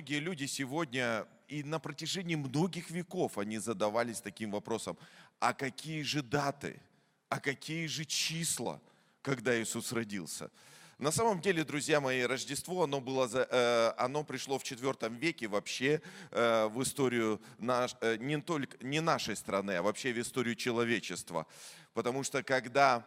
многие люди сегодня и на протяжении многих веков они задавались таким вопросом: а какие же даты, а какие же числа, когда Иисус родился? На самом деле, друзья мои, Рождество, оно пришло в IV веке вообще в историю не нашей страны, а вообще в историю человечества. Потому что когда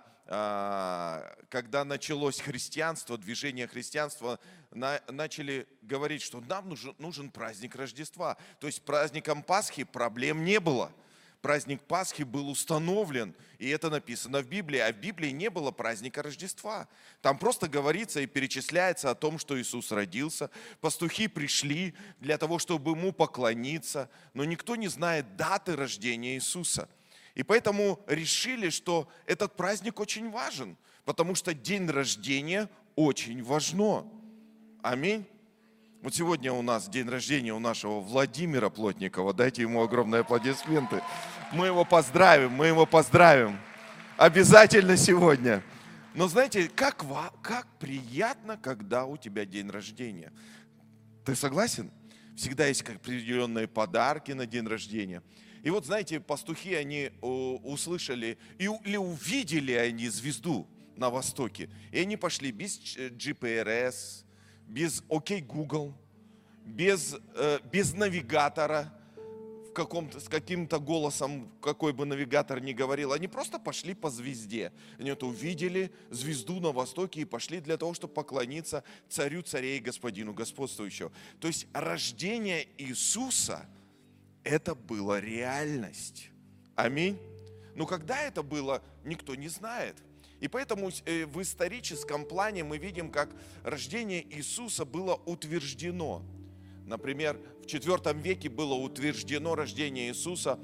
началось христианство, движение христианства, начали говорить, что нам нужен праздник Рождества. То есть праздником Пасхи проблем не было. Праздник Пасхи был установлен, и это написано в Библии, а в Библии не было праздника Рождества. Там просто говорится и перечисляется о том, что Иисус родился. Пастухи пришли для того, чтобы Ему поклониться, но никто не знает даты рождения Иисуса. И поэтому решили, что этот праздник очень важен, потому что день рождения очень важно. Аминь. Вот сегодня у нас день рождения у нашего Владимира Плотникова. Дайте ему огромные аплодисменты. Мы его поздравим. Обязательно сегодня. Но знаете, как приятно, когда у тебя день рождения. Ты согласен? Всегда есть определенные подарки на день рождения. И вот, знаете, пастухи, они услышали или увидели они звезду на востоке. И они пошли без GPRS, без OK Google, без навигатора, с каким-то голосом, какой бы навигатор ни говорил. Они просто пошли по звезде. Они увидели звезду на востоке и пошли для того, чтобы поклониться царю царей, господину господствующего. То есть рождение Иисуса – это была реальность. Аминь. Но когда это было, никто не знает. И поэтому в историческом плане мы видим, как рождение Иисуса было утверждено. Например, в IV веке было утверждено рождение Иисуса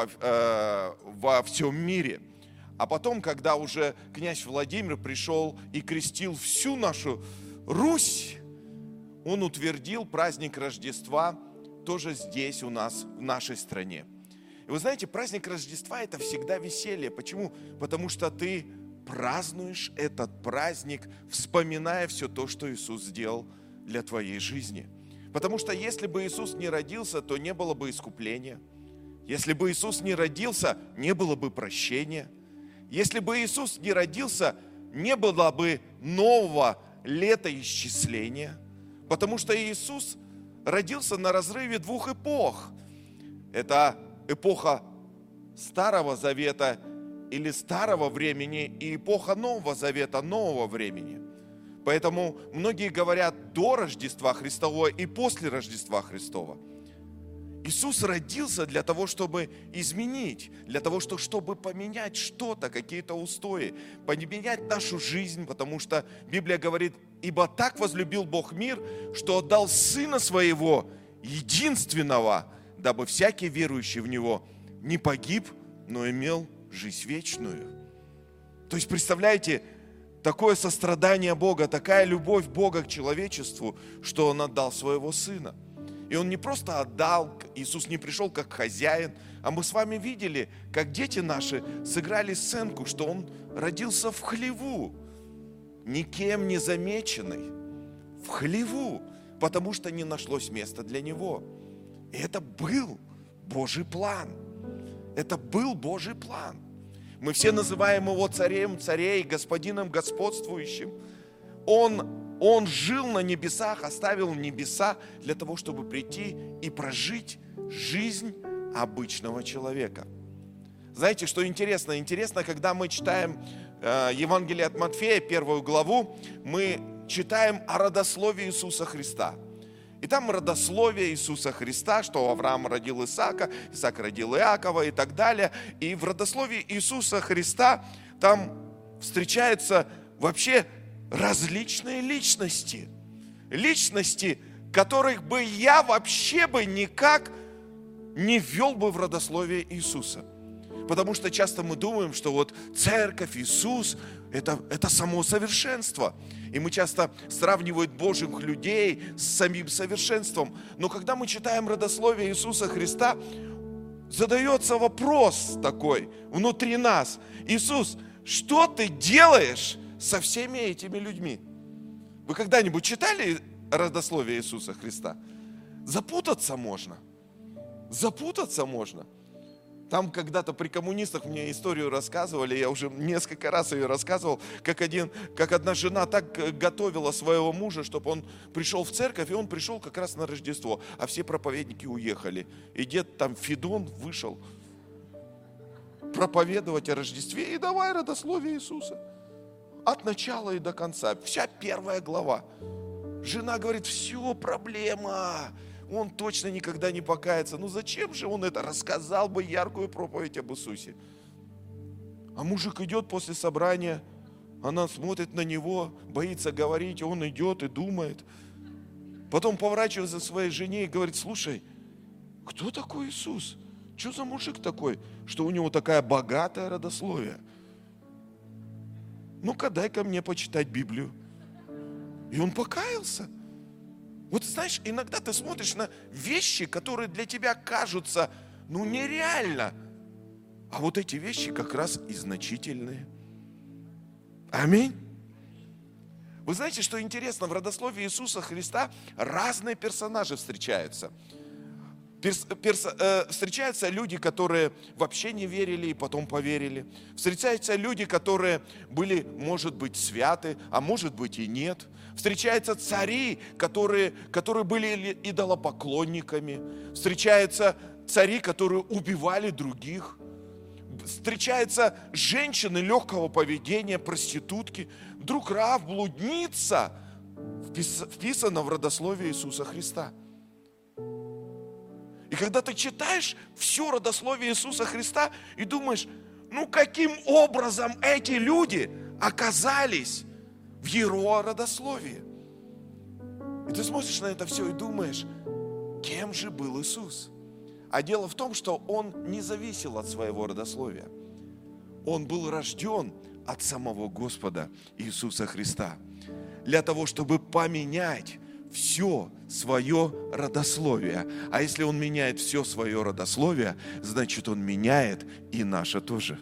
во всем мире. А потом, когда уже князь Владимир пришел и крестил всю нашу Русь, он утвердил праздник Рождества тоже здесь у нас, в нашей стране. И вы знаете, праздник Рождества – это всегда веселье. Почему? Потому что ты празднуешь этот праздник, вспоминая все то, что Иисус сделал для твоей жизни. Потому что если бы Иисус не родился, то не было бы искупления. Если бы Иисус не родился, не было бы прощения. Если бы Иисус не родился, не было бы нового летоисчисления. Потому что Иисус родился на разрыве двух эпох. Это эпоха Старого Завета или Старого времени и эпоха Нового Завета, Нового времени. Поэтому многие говорят до Рождества Христова и после Рождества Христова. Иисус родился для того, чтобы изменить, для того, чтобы поменять что-то, какие-то устои, поменять нашу жизнь, потому что Библия говорит: «Ибо так возлюбил Бог мир, что отдал Сына Своего, единственного, дабы всякий верующий в Него не погиб, но имел жизнь вечную». То есть, представляете, такое сострадание Бога, такая любовь Бога к человечеству, что Он отдал Своего Сына. И Он не просто отдал, Иисус не пришел как хозяин, а мы с вами видели, как дети наши сыграли сценку, что Он родился в хлеву, никем не замеченный, в хлеву, потому что не нашлось места для Него. И это был Божий план. Это был Божий план. Мы все называем Его царем царей, господином господствующим. Он жил на небесах, оставил небеса для того, чтобы прийти и прожить жизнь обычного человека. Знаете, что интересно? Интересно, когда мы читаем Евангелие от Матфея, 1 главу, мы читаем о родословии Иисуса Христа. И там родословие Иисуса Христа, что Авраам родил Исаака, Исаак родил Иакова и так далее. И в родословии Иисуса Христа там встречаются вообще различные личности. Личности, которых бы я вообще бы никак не ввел бы в родословие Иисуса. Потому что часто мы думаем, что вот церковь, Иисус – это само совершенство. И мы часто сравниваем Божьих людей с самим совершенством. Но когда мы читаем родословие Иисуса Христа, задается вопрос такой внутри нас: Иисус, что ты делаешь со всеми этими людьми? Вы когда-нибудь читали родословие Иисуса Христа? Запутаться можно. Запутаться можно. Там когда-то при коммунистах мне историю рассказывали, я уже несколько раз ее рассказывал, как одна жена так готовила своего мужа, чтобы он пришел в церковь, и он пришел как раз на Рождество, а все проповедники уехали. И дед там Федон вышел проповедовать о Рождестве, и давай родословие Иисуса. От начала и до конца. Вся 1 глава. Жена говорит, все, проблема. Он точно никогда не покается. Ну зачем же он это? Рассказал бы яркую проповедь об Иисусе. А мужик идет после собрания, она смотрит на него, боится говорить, он идет и думает. Потом поворачивается к своей жене и говорит, слушай, кто такой Иисус? Что за мужик такой, что у него такая богатая родословие? Ну-ка, дай-ка мне почитать Библию. И он покаялся. Вот знаешь, иногда ты смотришь на вещи, которые для тебя кажутся, нереально. А вот эти вещи как раз и значительные. Аминь. Вы знаете, что интересно, в родословии Иисуса Христа разные персонажи встречаются. Встречаются люди, которые вообще не верили и потом поверили. Встречаются люди, которые были, может быть, святы, а может быть и нет. Встречаются цари, которые были идолопоклонниками. Встречаются цари, которые убивали других. Встречаются женщины легкого поведения, проститутки. Вдруг Раав, блудница, вписана в родословие Иисуса Христа. И когда ты читаешь все родословие Иисуса Христа и думаешь, каким образом эти люди оказались в его родословии? И ты смотришь на это все и думаешь, кем же был Иисус? А дело в том, что он не зависел от своего родословия. Он был рожден от самого Господа Иисуса Христа. Для того, чтобы поменять все свое родословие. А если он меняет все свое родословие, значит, он меняет и наше тоже.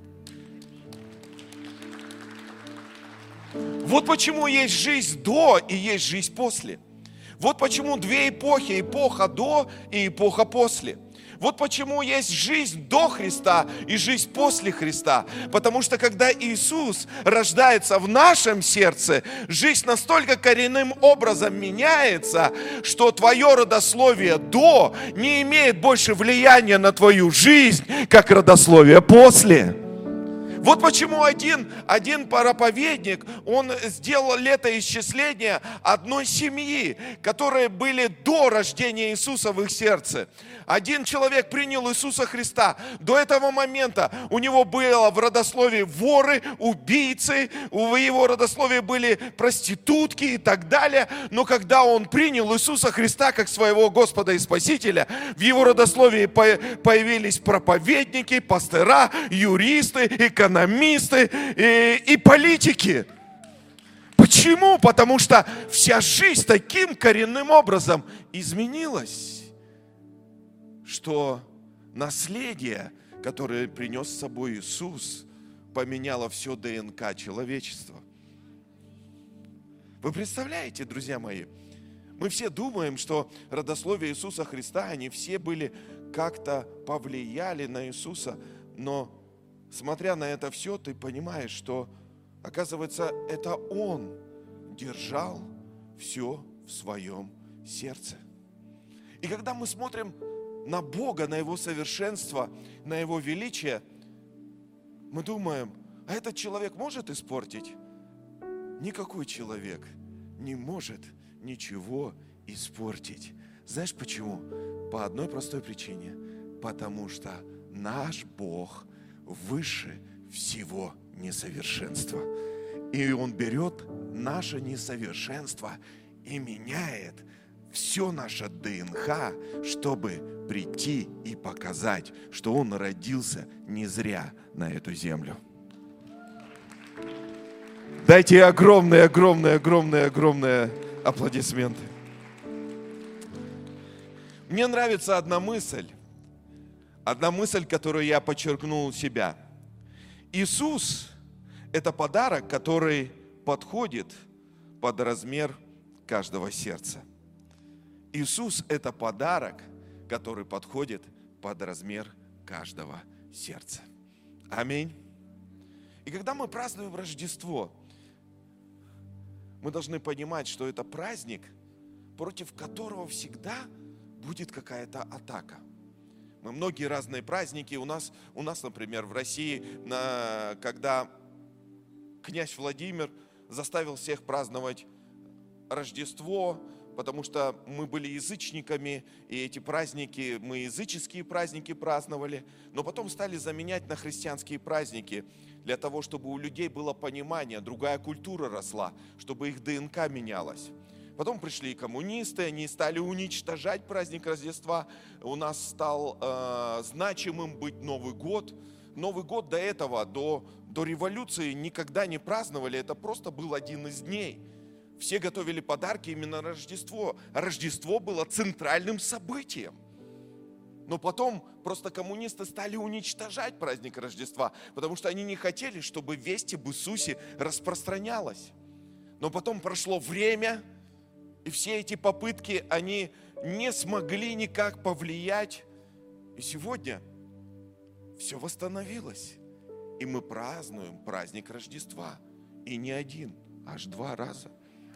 Вот почему есть жизнь до и есть жизнь после. Вот почему две эпохи: эпоха до и эпоха после. Вот почему есть жизнь до Христа и жизнь после Христа. Потому что когда Иисус рождается в нашем сердце, жизнь настолько коренным образом меняется, что твое родословие до не имеет больше влияния на твою жизнь, как родословие после. Вот почему один проповедник, он сделал летоисчисление одной семьи, которые были до рождения Иисуса в их сердце. Один человек принял Иисуса Христа. До этого момента у него было в родословии воры, убийцы, в его родословии были проститутки и так далее. Но когда он принял Иисуса Христа как своего Господа и Спасителя, в его родословии появились проповедники, пастыра, юристы, экономисты и политики. Почему? Потому что вся жизнь таким коренным образом изменилась, что наследие, которое принес с собой Иисус, поменяло все ДНК человечества. Вы представляете, друзья мои, мы все думаем, что родословие Иисуса Христа, они все были как-то повлияли на Иисуса, но смотря на это все, ты понимаешь, что, оказывается, это Он держал все в своем сердце. И когда мы смотрим на Бога, на Его совершенство, на Его величие, мы думаем, а этот человек может испортить? Никакой человек не может ничего испортить. Знаешь почему? По одной простой причине. Потому что наш Бог выше всего несовершенства. И Он берет наше несовершенство и меняет все наше ДНК, чтобы прийти и показать, что Он родился не зря на эту землю. Дайте огромные аплодисменты. Мне нравится одна мысль, которую я подчеркнул у себя. Иисус – это подарок, который подходит под размер каждого сердца. Иисус – это подарок, который подходит под размер каждого сердца. Аминь. И когда мы празднуем Рождество, мы должны понимать, что это праздник, против которого всегда будет какая-то атака. Мы многие разные праздники. У нас, например, в России, когда князь Владимир заставил всех праздновать Рождество, потому что мы были язычниками, и эти праздники, мы языческие праздники праздновали, но потом стали заменять на христианские праздники, для того, чтобы у людей было понимание, другая культура росла, чтобы их ДНК менялась. Потом пришли и коммунисты, они стали уничтожать праздник Рождества. У нас стал значимым быть Новый год. Новый год до этого, до революции никогда не праздновали, это просто был один из дней. Все готовили подарки именно на Рождество. Рождество было центральным событием. Но потом просто коммунисты стали уничтожать праздник Рождества, потому что они не хотели, чтобы весть об Иисусе распространялась. Но потом прошло время, и все эти попытки, они не смогли никак повлиять. И сегодня все восстановилось. И мы празднуем праздник Рождества. И не один, аж 2 раза.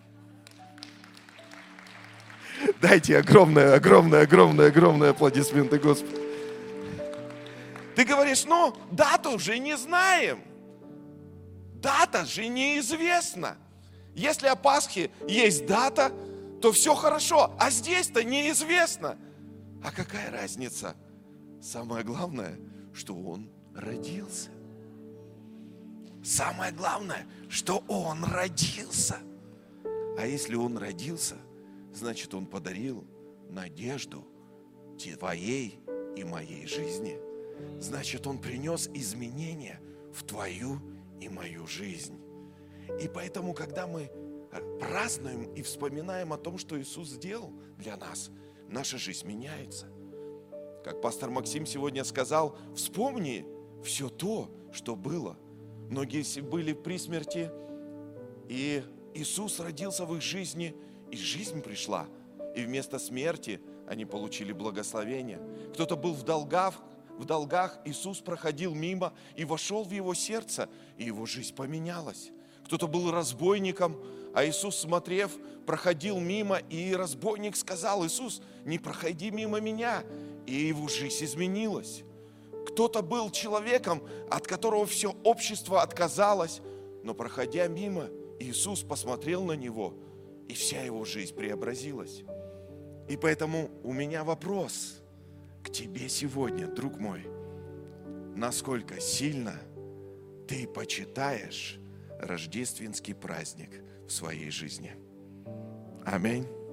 Дайте огромные аплодисменты Господу. Ты говоришь, дату же не знаем. Дата же неизвестна. Если о Пасхе есть дата, то все хорошо. А здесь-то неизвестно. А какая разница? Самое главное, что Он родился. Самое главное, что Он родился. А если Он родился, значит, Он подарил надежду твоей и моей жизни. Значит, Он принес изменения в твою и мою жизнь. И поэтому, когда мы празднуем и вспоминаем о том, что Иисус сделал для нас, наша жизнь меняется. Как пастор Максим сегодня сказал, вспомни все то, что было. Многие были при смерти, и Иисус родился в их жизни, и жизнь пришла. И вместо смерти они получили благословение. Кто-то был в долгах, Иисус проходил мимо и вошел в его сердце, и его жизнь поменялась. Кто-то был разбойником, а Иисус, смотрев, проходил мимо, и разбойник сказал: Иисус, не проходи мимо меня, и его жизнь изменилась. Кто-то был человеком, от которого все общество отказалось, но проходя мимо, Иисус посмотрел на него, и вся его жизнь преобразилась. И поэтому у меня вопрос к тебе сегодня, друг мой. Насколько сильно ты почитаешь рождественский праздник в своей жизни? Аминь.